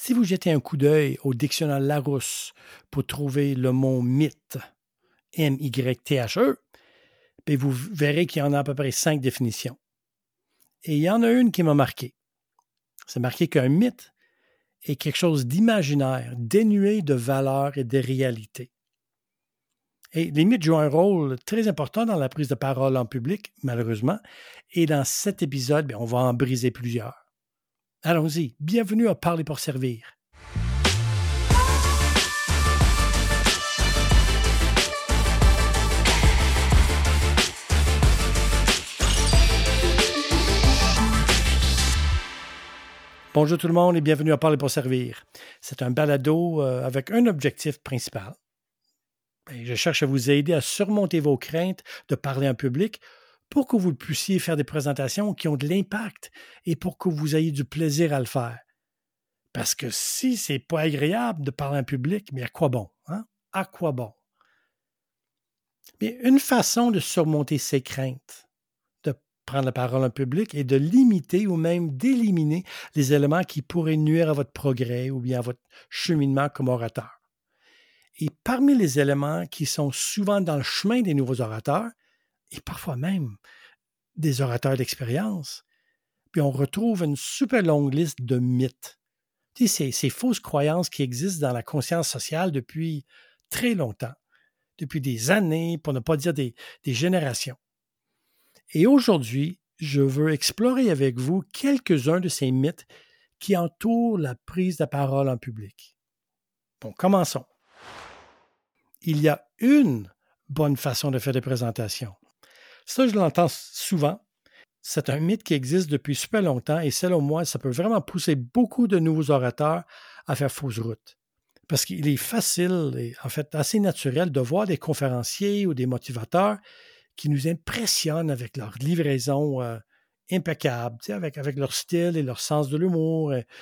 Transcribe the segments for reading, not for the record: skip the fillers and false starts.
Si vous jetez un coup d'œil au dictionnaire Larousse pour trouver le mot mythe, M-Y-T-H-E, puis vous verrez qu'il y en a à peu près 5 définitions. Et il y en a une qui m'a marqué. C'est marqué qu'un mythe est quelque chose d'imaginaire, dénué de valeur et de réalité. Et les mythes jouent un rôle très important dans la prise de parole en public, malheureusement, et dans cet épisode, on va en briser plusieurs. Allons-y, bienvenue à Parler pour servir. Bonjour tout le monde et bienvenue à Parler pour servir. C'est un balado avec un objectif principal. Je cherche à vous aider à surmonter vos craintes de parler en public pour que vous puissiez faire des présentations qui ont de l'impact et pour que vous ayez du plaisir à le faire. Parce que si c'est pas agréable de parler en public, mais à quoi bon? Hein? À quoi bon? Mais une façon de surmonter ces craintes, de prendre la parole en public est de limiter ou même d'éliminer les éléments qui pourraient nuire à votre progrès ou bien à votre cheminement comme orateur. Et parmi les éléments qui sont souvent dans le chemin des nouveaux orateurs, et parfois même des orateurs d'expérience, puis on retrouve une super longue liste de mythes. Tu sais, ces fausses croyances qui existent dans la conscience sociale depuis très longtemps, depuis des années, pour ne pas dire des générations. Et aujourd'hui, je veux explorer avec vous quelques-uns de ces mythes qui entourent la prise de parole en public. Bon, commençons. Il y a une bonne façon de faire des présentations. Ça, je l'entends souvent. C'est un mythe qui existe depuis super longtemps et selon moi, ça peut vraiment pousser beaucoup de nouveaux orateurs à faire fausse route. Parce qu'il est facile et en fait assez naturel de voir des conférenciers ou des motivateurs qui nous impressionnent avec leur livraison impeccable, avec leur style et leur sens de l'humour. Et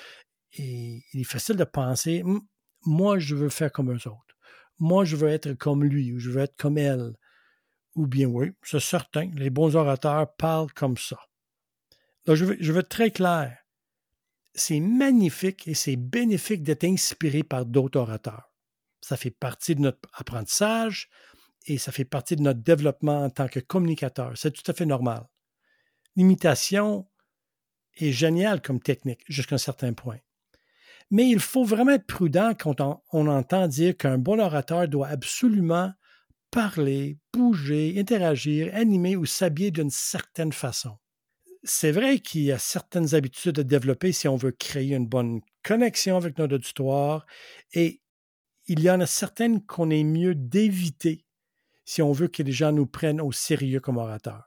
il est facile de penser, moi, je veux faire comme eux autres. Moi, je veux être comme lui ou je veux être comme elle. Ou bien oui, c'est certain, les bons orateurs parlent comme ça. Là, je veux être très clair. C'est magnifique et c'est bénéfique d'être inspiré par d'autres orateurs. Ça fait partie de notre apprentissage et ça fait partie de notre développement en tant que communicateur. C'est tout à fait normal. L'imitation est géniale comme technique jusqu'à un certain point. Mais il faut vraiment être prudent quand on entend dire qu'un bon orateur doit absolument parler, bouger, interagir, animer ou s'habiller d'une certaine façon. C'est vrai qu'il y a certaines habitudes à développer si on veut créer une bonne connexion avec notre auditoire et il y en a certaines qu'on est mieux d'éviter si on veut que les gens nous prennent au sérieux comme orateurs.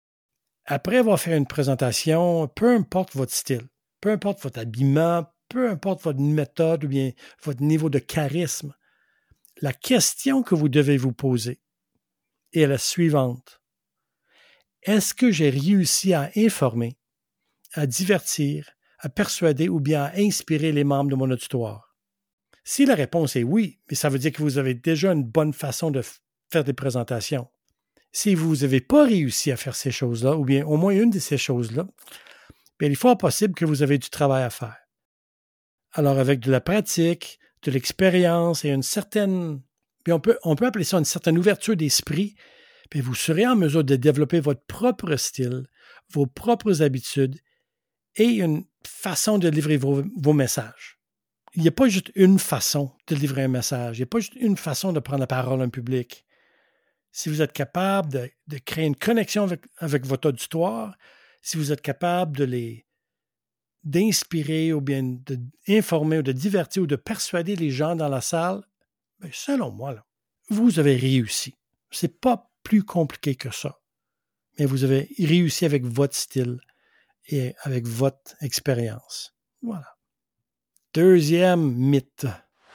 Après avoir fait une présentation, peu importe votre style, peu importe votre habillement, peu importe votre méthode ou bien votre niveau de charisme, la question que vous devez vous poser est la suivante. Est-ce que j'ai réussi à informer, à divertir, à persuader ou bien à inspirer les membres de mon auditoire? Si la réponse est oui, mais ça veut dire que vous avez déjà une bonne façon de faire des présentations. Si vous n'avez pas réussi à faire ces choses-là, ou bien au moins une de ces choses-là, bien, il est fort possible que vous avez du travail à faire. Alors, avec de la pratique, de l'expérience et une certaine, puis on peut appeler ça une certaine ouverture d'esprit, puis vous serez en mesure de développer votre propre style, vos propres habitudes et une façon de livrer vos messages. Il n'y a pas juste une façon de livrer un message, il n'y a pas juste une façon de prendre la parole en public. Si vous êtes capable de créer une connexion avec votre auditoire, si vous êtes capable d'inspirer ou bien d'informer ou de divertir ou de persuader les gens dans la salle, bien, selon moi, là, vous avez réussi. Ce n'est pas plus compliqué que ça. Mais vous avez réussi avec votre style et avec votre expérience. Voilà. Deuxième mythe.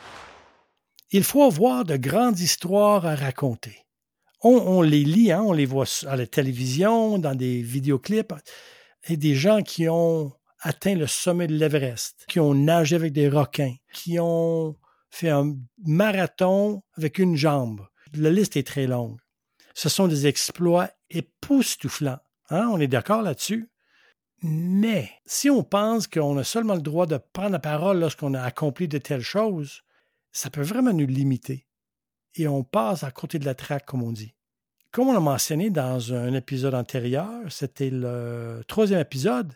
Il faut avoir de grandes histoires à raconter. On les lit, on les voit à la télévision, dans des vidéoclips, et des gens qui ont atteint le sommet de l'Everest, qui ont nagé avec des requins, qui ont fait un marathon avec une jambe. La liste est très longue. Ce sont des exploits époustouflants. On est d'accord là-dessus? Mais si on pense qu'on a seulement le droit de prendre la parole lorsqu'on a accompli de telles choses, ça peut vraiment nous limiter. Et on passe à côté de la traque, comme on dit. Comme on l'a mentionné dans un épisode antérieur, c'était le 3e épisode,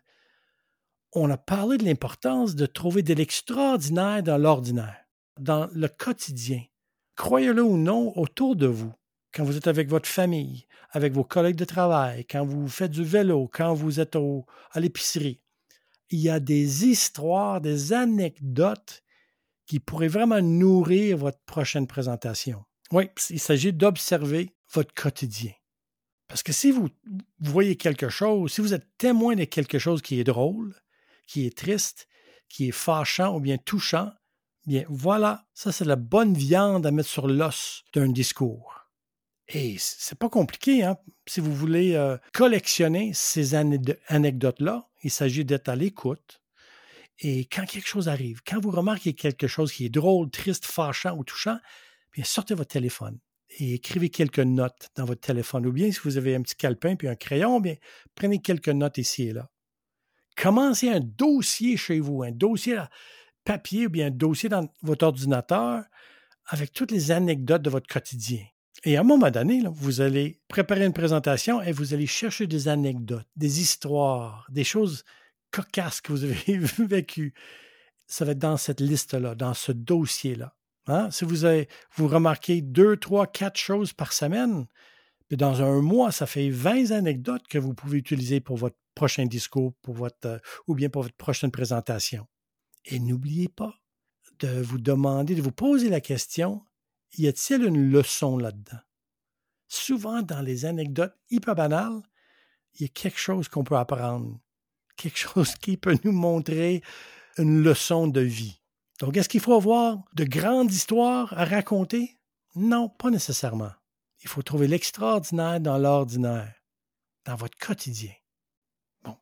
on a parlé de l'importance de trouver de l'extraordinaire dans l'ordinaire, dans le quotidien. Croyez-le ou non, autour de vous, quand vous êtes avec votre famille, avec vos collègues de travail, quand vous faites du vélo, quand vous êtes à l'épicerie, il y a des histoires, des anecdotes qui pourraient vraiment nourrir votre prochaine présentation. Oui, il s'agit d'observer votre quotidien. Parce que si vous voyez quelque chose, si vous êtes témoin de quelque chose qui est drôle, qui est triste, qui est fâchant ou bien touchant, bien voilà, ça c'est la bonne viande à mettre sur l'os d'un discours. Et c'est pas compliqué, hein? Si vous voulez collectionner ces anecdotes-là, il s'agit d'être à l'écoute. Et quand quelque chose arrive, quand vous remarquez quelque chose qui est drôle, triste, fâchant ou touchant, bien sortez votre téléphone et écrivez quelques notes dans votre téléphone. Ou bien si vous avez un petit calepin puis un crayon, bien prenez quelques notes ici et là. Commencez un dossier chez vous, un dossier à papier ou bien un dossier dans votre ordinateur avec toutes les anecdotes de votre quotidien. Et à un moment donné, là, vous allez préparer une présentation et vous allez chercher des anecdotes, des histoires, des choses cocasses que vous avez vécues. Ça va être dans cette liste-là, dans ce dossier-là. Hein? Si vous remarquez 2, 3, 4 choses par semaine, puis dans un mois, ça fait 20 anecdotes que vous pouvez utiliser pour votre prochain discours ou bien pour votre prochaine présentation. Et n'oubliez pas de vous demander, de vous poser la question, y a-t-il une leçon là-dedans? Souvent, dans les anecdotes hyper banales, il y a quelque chose qu'on peut apprendre, quelque chose qui peut nous montrer une leçon de vie. Donc, est-ce qu'il faut avoir de grandes histoires à raconter? Non, pas nécessairement. Il faut trouver l'extraordinaire dans l'ordinaire, dans votre quotidien. Bon.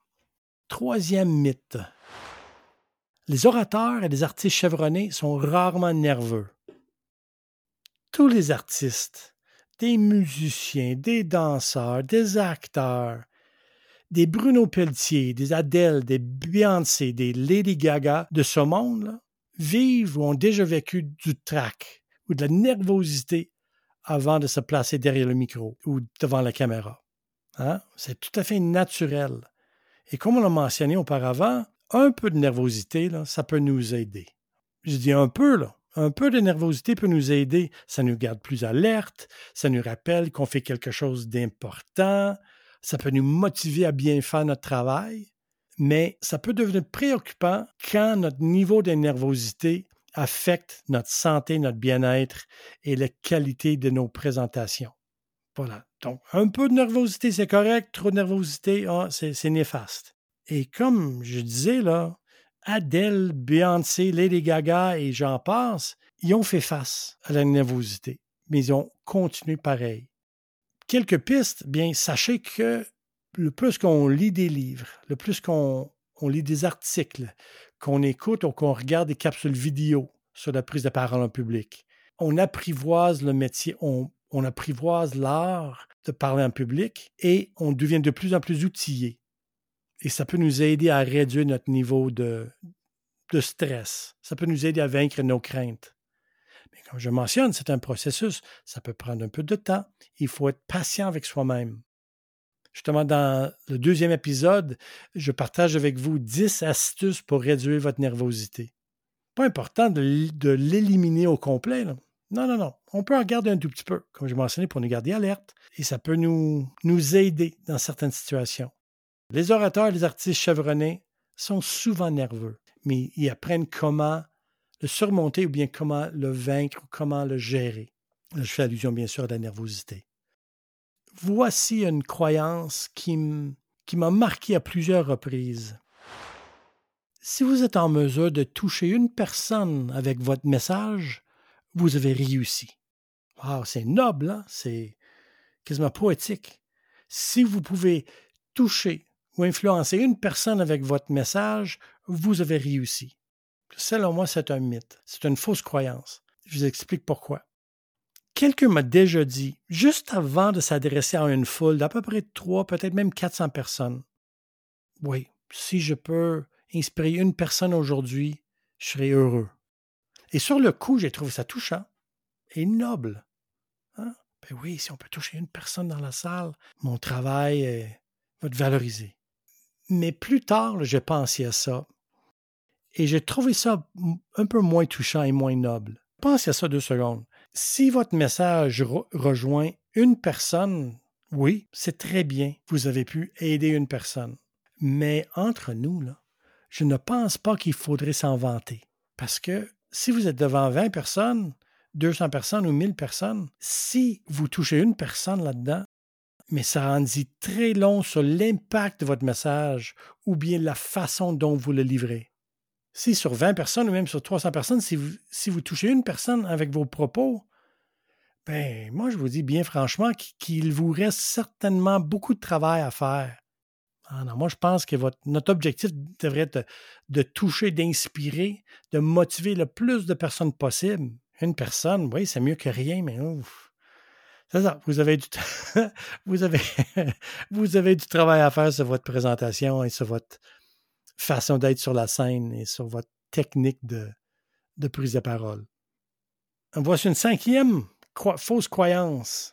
3e mythe. Les orateurs et les artistes chevronnés sont rarement nerveux. Tous les artistes, des musiciens, des danseurs, des acteurs, des Bruno Pelletier, des Adele, des Beyoncé, des Lady Gaga de ce monde, là, vivent ou ont déjà vécu du trac ou de la nervosité avant de se placer derrière le micro ou devant la caméra. Hein? C'est tout à fait naturel. Et comme on l'a mentionné auparavant, un peu de nervosité, là, ça peut nous aider. Je dis un peu, là. Un peu de nervosité peut nous aider. Ça nous garde plus alerte, ça nous rappelle qu'on fait quelque chose d'important, ça peut nous motiver à bien faire notre travail, mais ça peut devenir préoccupant quand notre niveau de nervosité affecte notre santé, notre bien-être et la qualité de nos présentations. Voilà. Donc, un peu de nervosité, c'est correct. Trop de nervosité, c'est néfaste. Et comme je disais, là, Adele, Beyoncé, Lady Gaga et j'en passe, ils ont fait face à la nervosité, mais ils ont continué pareil. Quelques pistes, bien, sachez que le plus qu'on lit des livres, le plus qu'on lit des articles, qu'on écoute ou qu'on regarde des capsules vidéo sur la prise de parole en public, on apprivoise le métier, on apprivoise l'art de parler en public et on devient de plus en plus outillé. Et ça peut nous aider à réduire notre niveau de stress. Ça peut nous aider à vaincre nos craintes. Mais comme je mentionne, c'est un processus. Ça peut prendre un peu de temps. Il faut être patient avec soi-même. Justement, dans le 2e épisode, je partage avec vous 10 astuces pour réduire votre nervosité. Pas important de l'éliminer au complet, là. Non. On peut en garder un tout petit peu, comme je mentionné, pour nous garder alerte. Et ça peut nous aider dans certaines situations. Les orateurs et les artistes chevronnés sont souvent nerveux, mais ils apprennent comment le surmonter ou bien comment le vaincre ou comment le gérer. Je fais allusion bien sûr à la nervosité. Voici une croyance qui m'a marqué à plusieurs reprises. Si vous êtes en mesure de toucher une personne avec votre message, vous avez réussi. Wow, c'est noble, hein? C'est quasiment poétique. Si vous pouvez toucher ou influencer une personne avec votre message, vous avez réussi. Selon moi, c'est un mythe. C'est une fausse croyance. Je vous explique pourquoi. Quelqu'un m'a déjà dit, juste avant de s'adresser à une foule d'à peu près 3, peut-être même 400 personnes, oui, si je peux inspirer une personne aujourd'hui, je serai heureux. Et sur le coup, j'ai trouvé ça touchant et noble. Hein? Ben oui, si on peut toucher une personne dans la salle, mon travail va être valorisé. Mais plus tard, j'ai pensé à ça et j'ai trouvé ça un peu moins touchant et moins noble. Pensez à ça 2 secondes. Si votre message rejoint une personne, oui, c'est très bien, vous avez pu aider une personne. Mais entre nous, là, je ne pense pas qu'il faudrait s'en vanter. Parce que si vous êtes devant 20 personnes, 200 personnes ou 1000 personnes, si vous touchez une personne là-dedans, mais ça en dit très long sur l'impact de votre message ou bien la façon dont vous le livrez. Si sur 20 personnes ou même sur 300 personnes, si vous touchez une personne avec vos propos, ben moi je vous dis bien franchement qu'il vous reste certainement beaucoup de travail à faire. Ah non, moi, je pense que notre objectif devrait être de toucher, d'inspirer, de motiver le plus de personnes possible. Une personne, oui, c'est mieux que rien, mais ouf. C'est ça, vous avez vous avez, vous avez du travail à faire sur votre présentation et sur votre façon d'être sur la scène et sur votre technique de prise de parole. Voici une 5e fausse croyance.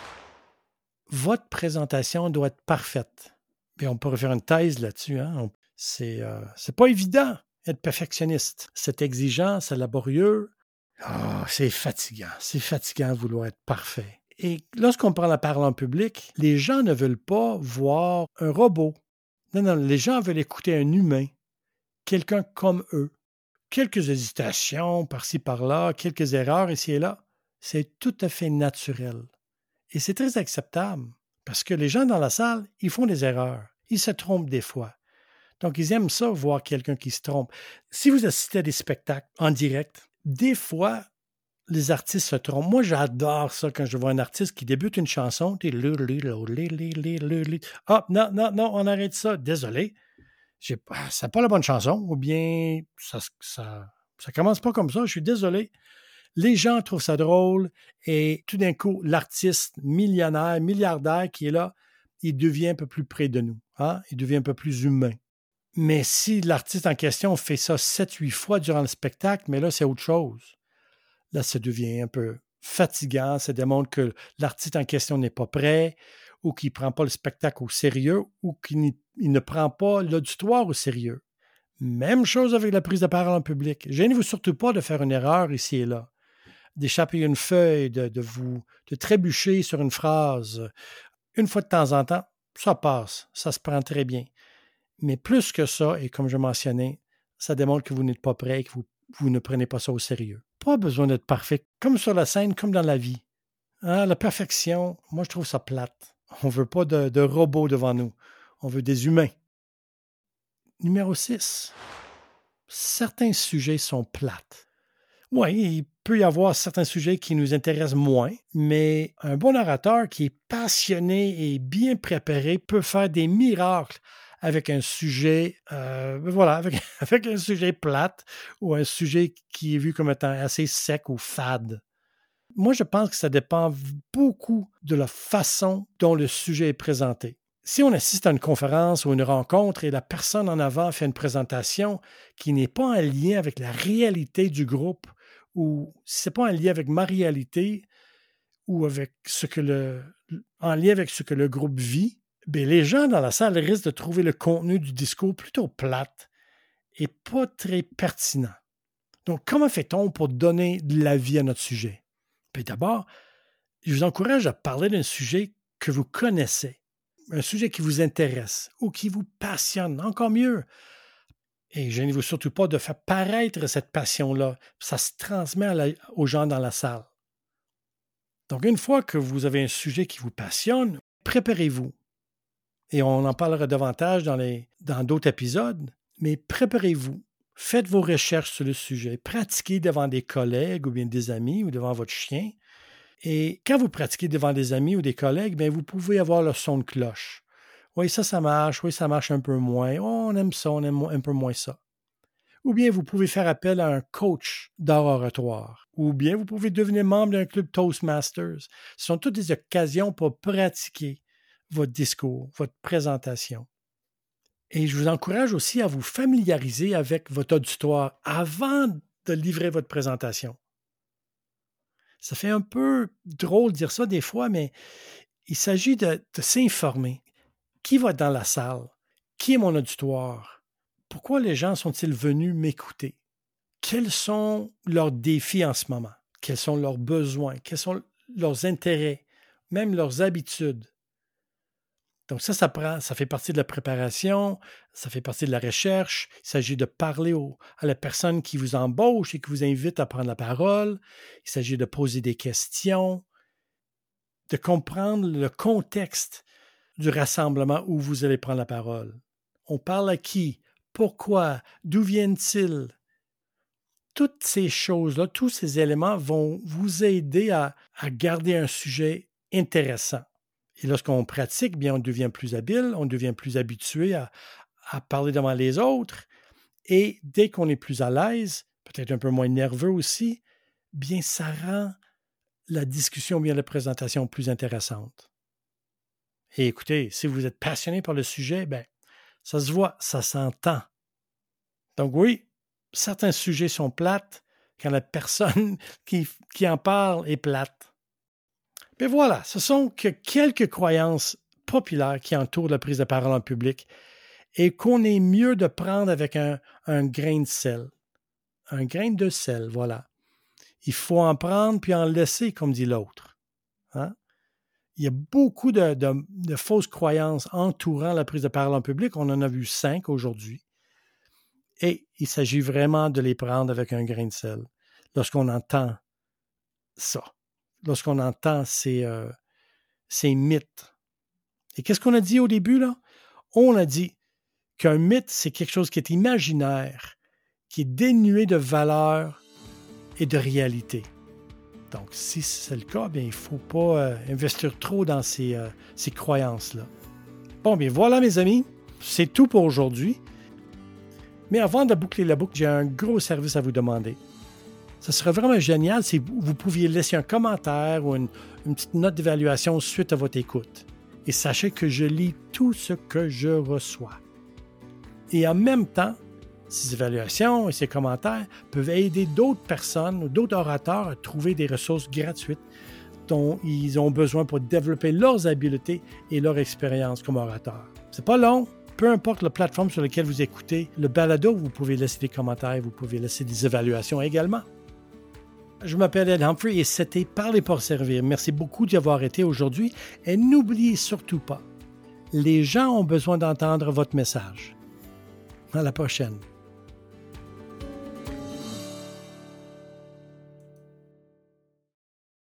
Votre présentation doit être parfaite. Et on pourrait faire une thèse là-dessus. Hein? C'est pas évident être perfectionniste. C'est exigeant, c'est laborieux. C'est fatigant. C'est fatigant de vouloir être parfait. Et lorsqu'on prend la parole en public, les gens ne veulent pas voir un robot. Non, les gens veulent écouter un humain, quelqu'un comme eux. Quelques hésitations par-ci, par-là, quelques erreurs ici et là, c'est tout à fait naturel. Et c'est très acceptable. Parce que les gens dans la salle, ils font des erreurs. Ils se trompent des fois. Donc, ils aiment ça, voir quelqu'un qui se trompe. Si vous assistez à des spectacles en direct, des fois, les artistes se trompent. Moi, j'adore ça quand je vois un artiste qui débute une chanson. Ah, non, on arrête ça. Désolé. C'est pas la bonne chanson. Ou bien, ça commence pas comme ça. Je suis désolé. Les gens trouvent ça drôle et tout d'un coup, l'artiste millionnaire, milliardaire qui est là, il devient un peu plus près de nous. Hein? Il devient un peu plus humain. Mais si l'artiste en question fait ça 7-8 fois durant le spectacle, mais là, c'est autre chose. Là, ça devient un peu fatigant. Ça démontre que l'artiste en question n'est pas prêt ou qu'il ne prend pas le spectacle au sérieux ou qu'il ne prend pas l'auditoire au sérieux. Même chose avec la prise de parole en public. Gênez-vous surtout pas de faire une erreur ici et là, d'échapper une feuille, de trébucher sur une phrase. Une fois de temps en temps, ça passe, ça se prend très bien. Mais plus que ça, et comme je mentionnais, ça démontre que vous n'êtes pas prêt et que vous ne prenez pas ça au sérieux. Pas besoin d'être parfait, comme sur la scène, comme dans la vie. Hein, la perfection, moi je trouve ça plate. On ne veut pas de robots devant nous. On veut des humains. Numéro 6. Certains sujets sont plates. Oui, il peut y avoir certains sujets qui nous intéressent moins, mais un bon orateur qui est passionné et bien préparé peut faire des miracles avec un sujet, avec un sujet plate ou un sujet qui est vu comme étant assez sec ou fade. Moi, je pense que ça dépend beaucoup de la façon dont le sujet est présenté. Si on assiste à une conférence ou une rencontre et la personne en avant fait une présentation qui n'est pas en lien avec la réalité du groupe, ou si ce n'est pas en lien avec ma réalité ou avec en lien avec ce que le groupe vit, bien, les gens dans la salle risquent de trouver le contenu du discours plutôt plate et pas très pertinent. Donc, comment fait-on pour donner de la vie à notre sujet? Puis d'abord, je vous encourage à parler d'un sujet que vous connaissez, un sujet qui vous intéresse ou qui vous passionne, encore mieux. Et gênez-vous surtout pas de faire paraître cette passion-là. Ça se transmet aux gens dans la salle. Donc, une fois que vous avez un sujet qui vous passionne, préparez-vous. Et on en parlera davantage dans d'autres épisodes, mais préparez-vous. Faites vos recherches sur le sujet. Pratiquez devant des collègues ou bien des amis ou devant votre chien. Et quand vous pratiquez devant des amis ou des collègues, bien, vous pouvez avoir le son de cloche. Oui, ça marche. Oui, ça marche un peu moins. Oh, on aime ça, on aime un peu moins ça. Ou bien vous pouvez faire appel à un coach d'art oratoire. Ou bien vous pouvez devenir membre d'un club Toastmasters. Ce sont toutes des occasions pour pratiquer votre discours, votre présentation. Et je vous encourage aussi à vous familiariser avec votre auditoire avant de livrer votre présentation. Ça fait un peu drôle de dire ça des fois, mais il s'agit de s'informer. Qui va être dans la salle? Qui est mon auditoire? Pourquoi les gens sont-ils venus m'écouter? Quels sont leurs défis en ce moment? Quels sont leurs besoins? Quels sont leurs intérêts? Même leurs habitudes? Donc ça fait partie de la préparation, ça fait partie de la recherche. Il s'agit de parler à la personne qui vous embauche et qui vous invite à prendre la parole. Il s'agit de poser des questions, de comprendre le contexte du rassemblement où vous allez prendre la parole. On parle à qui? Pourquoi? D'où viennent-ils? Toutes ces choses-là, tous ces éléments vont vous aider à garder un sujet intéressant. Et lorsqu'on pratique, bien, on devient plus habile, on devient plus habitué à parler devant les autres. Et dès qu'on est plus à l'aise, peut-être un peu moins nerveux aussi, bien, ça rend la discussion, bien la présentation plus intéressante. Et écoutez, si vous êtes passionné par le sujet, bien, ça se voit, ça s'entend. Donc oui, certains sujets sont plates quand la personne qui en parle est plate. Mais voilà, ce sont que quelques croyances populaires qui entourent la prise de parole en public et qu'on est mieux de prendre avec un grain de sel. Un grain de sel, voilà. Il faut en prendre puis en laisser, comme dit l'autre. Hein? Il y a beaucoup de fausses croyances entourant la prise de parole en public. On en a vu 5 aujourd'hui. Et il s'agit vraiment de les prendre avec un grain de sel. Lorsqu'on entend ça, lorsqu'on entend ces mythes. Et qu'est-ce qu'on a dit au début, là? On a dit qu'un mythe, c'est quelque chose qui est imaginaire, qui est dénué de valeur et de réalité. Donc, si c'est le cas, bien, il ne faut pas investir trop dans ces croyances-là. Bon, bien voilà, mes amis, c'est tout pour aujourd'hui. Mais avant de boucler la boucle, j'ai un gros service à vous demander. Ce serait vraiment génial si vous pouviez laisser un commentaire ou une petite note d'évaluation suite à votre écoute. Et sachez que je lis tout ce que je reçois. Et en même temps, ces évaluations et ces commentaires peuvent aider d'autres personnes ou d'autres orateurs à trouver des ressources gratuites dont ils ont besoin pour développer leurs habiletés et leur expérience comme orateur. C'est pas long. Peu importe la plateforme sur laquelle vous écoutez le balado, vous pouvez laisser des commentaires, vous pouvez laisser des évaluations également. Je m'appelle Ed Humphrey et c'était Parler pour servir. Merci beaucoup d'y avoir été aujourd'hui et n'oubliez surtout pas, les gens ont besoin d'entendre votre message. À la prochaine.